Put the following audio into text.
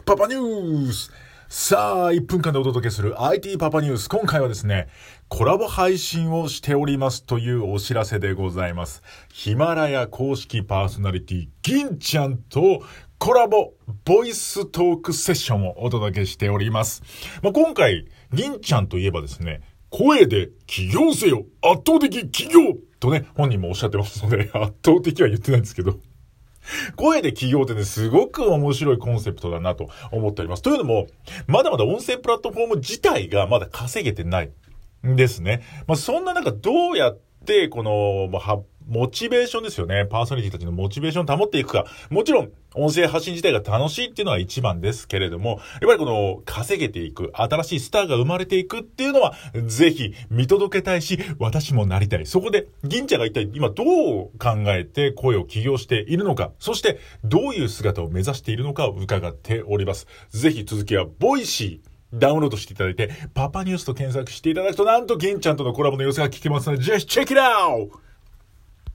パパニュース。さあ、1分間でお届けする IT パパニュース。今回はですね、コラボ配信をしておりますというお知らせでございます。ヒマラヤ公式パーソナリティ、銀ちゃんとコラボボイストークセッションをお届けしております。今回、銀ちゃんといえばですね、声で起業せよ圧倒的起業とね、本人もおっしゃってますので、圧倒的は言ってないんですけど、声で起業ってね、すごく面白いコンセプトだなと思っております。というのも、まだまだ音声プラットフォーム自体がまだ稼げてないんですね。そんな中どうやって、モチベーションですよね。パーソナリティたちのモチベーションを保っていくか。もちろん、音声発信自体が楽しいっていうのは一番ですけれども、やっぱり稼げていく、新しいスターが生まれていくっていうのは、ぜひ見届けたいし、私もなりたい。そこで、銀ちゃんが一体今どう考えて声を起業しているのか、そしてどういう姿を目指しているのかを伺っております。ぜひ続きは、ボイシー、ダウンロードしていただいて、パパニュースと検索していただくと、なんと銀ちゃんとのコラボの様子が聞けますので、ぜひチェックイットアウト